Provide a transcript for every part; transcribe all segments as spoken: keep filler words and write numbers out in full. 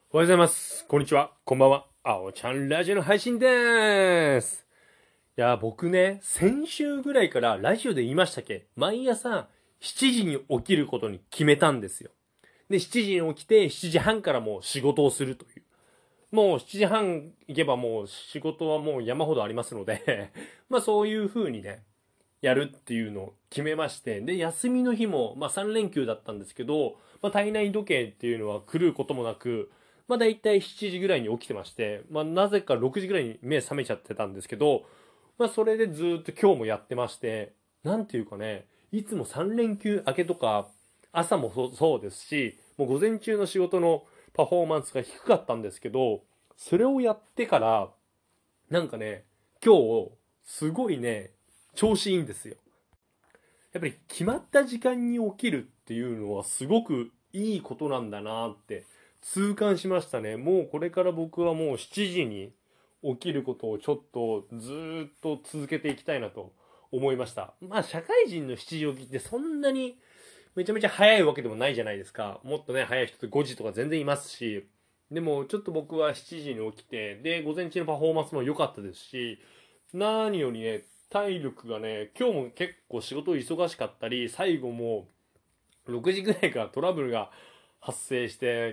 おはようございます。こんにちは。こんばんは。あおちゃんラジオの配信でーす。いや、僕ね、先週ぐらいからラジオで言いましたっけ、毎朝しちじに起きることに決めたんですよ。で、しちじに起きてしちじはんからもう仕事をするという。もうしちじはん行けばもう仕事はもう山ほどありますのでまあそういう風にね、やるっていうのを決めまして、で、休みの日も、まあさん連休だったんですけど、まあ体内時計っていうのは狂うこともなく、まあ大体しちじぐらいに起きてまして、まあなぜかろくじぐらいに目覚めちゃってたんですけど、まあそれでずっと今日もやってまして、なんていうかね、いつもさん連休明けとか、朝もそうですし、もう午前中の仕事のパフォーマンスが低かったんですけど、それをやってから、なんかね、今日、すごいね、調子いいんですよ。やっぱり決まった時間に起きるっていうのはすごくいいことなんだなって痛感しましたね。もうこれから僕はもうしちじに起きることをちょっとずーっと続けていきたいなと思いました。まあ社会人のしちじ起きってそんなにめちゃめちゃ早いわけでもないじゃないですか。もっとね、早い人ってごじとか全然いますし。でもちょっと僕はしちじに起きて、で、午前中のパフォーマンスも良かったですし、何よりね、体力がね、今日も結構仕事忙しかったり、最後もろくじぐらいからトラブルが発生して、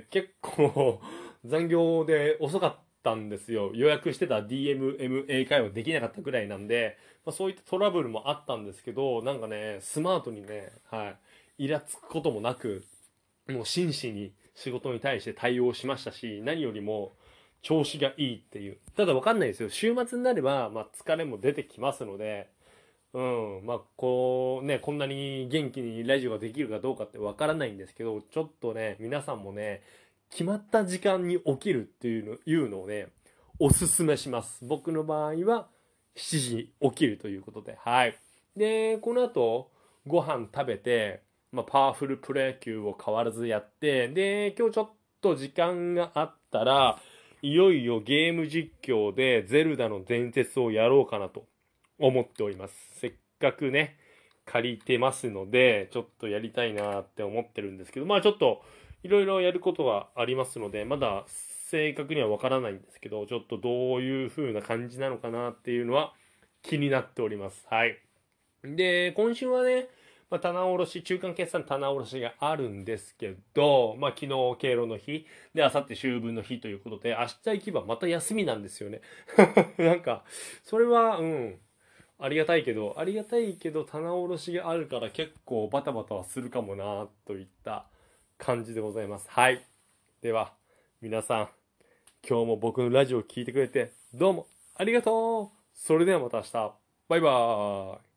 結構残業で遅かったんですよ。予約してた ディーエムエムエー 会話できなかったぐらいなんで、まあ、そういったトラブルもあったんですけど、なんかね、スマートにね、はい、イラつくこともなく、もう真摯に仕事に対して対応しましたし、何よりも調子がいいっていう。ただわかんないですよ。週末になれば、まあ疲れも出てきますので、うん、まあこうね、こんなに元気にラジオができるかどうかってわからないんですけど、ちょっとね、皆さんもね、決まった時間に起きるっていうのいうのをね、おすすめします。僕の場合はしちじに起きるということで、はい。で、この後、ご飯食べて、まあ、パワフルプロ野球を変わらずやって、で、今日ちょっと時間があったら、いよいよゲーム実況でゼルダの伝説をやろうかなと思っております。せっかくね、借りてますので、ちょっとやりたいなって思ってるんですけど、まあちょっといろいろやることがありますので、まだ正確にはわからないんですけど、ちょっとどういう風な感じなのかなっていうのは気になっております。はい。で、今週はね、まあ、棚卸し、中間決算棚卸しがあるんですけど、まあ、昨日敬老の日、で、明後日秋分の日ということで、明日行けばまた休みなんですよね。なんか、それは、うん、ありがたいけど、ありがたいけど、棚卸しがあるから結構バタバタはするかもな、といった感じでございます。はい。では、皆さん、今日も僕のラジオを聞いてくれて、どうもありがとう。それではまた明日。バイバーイ。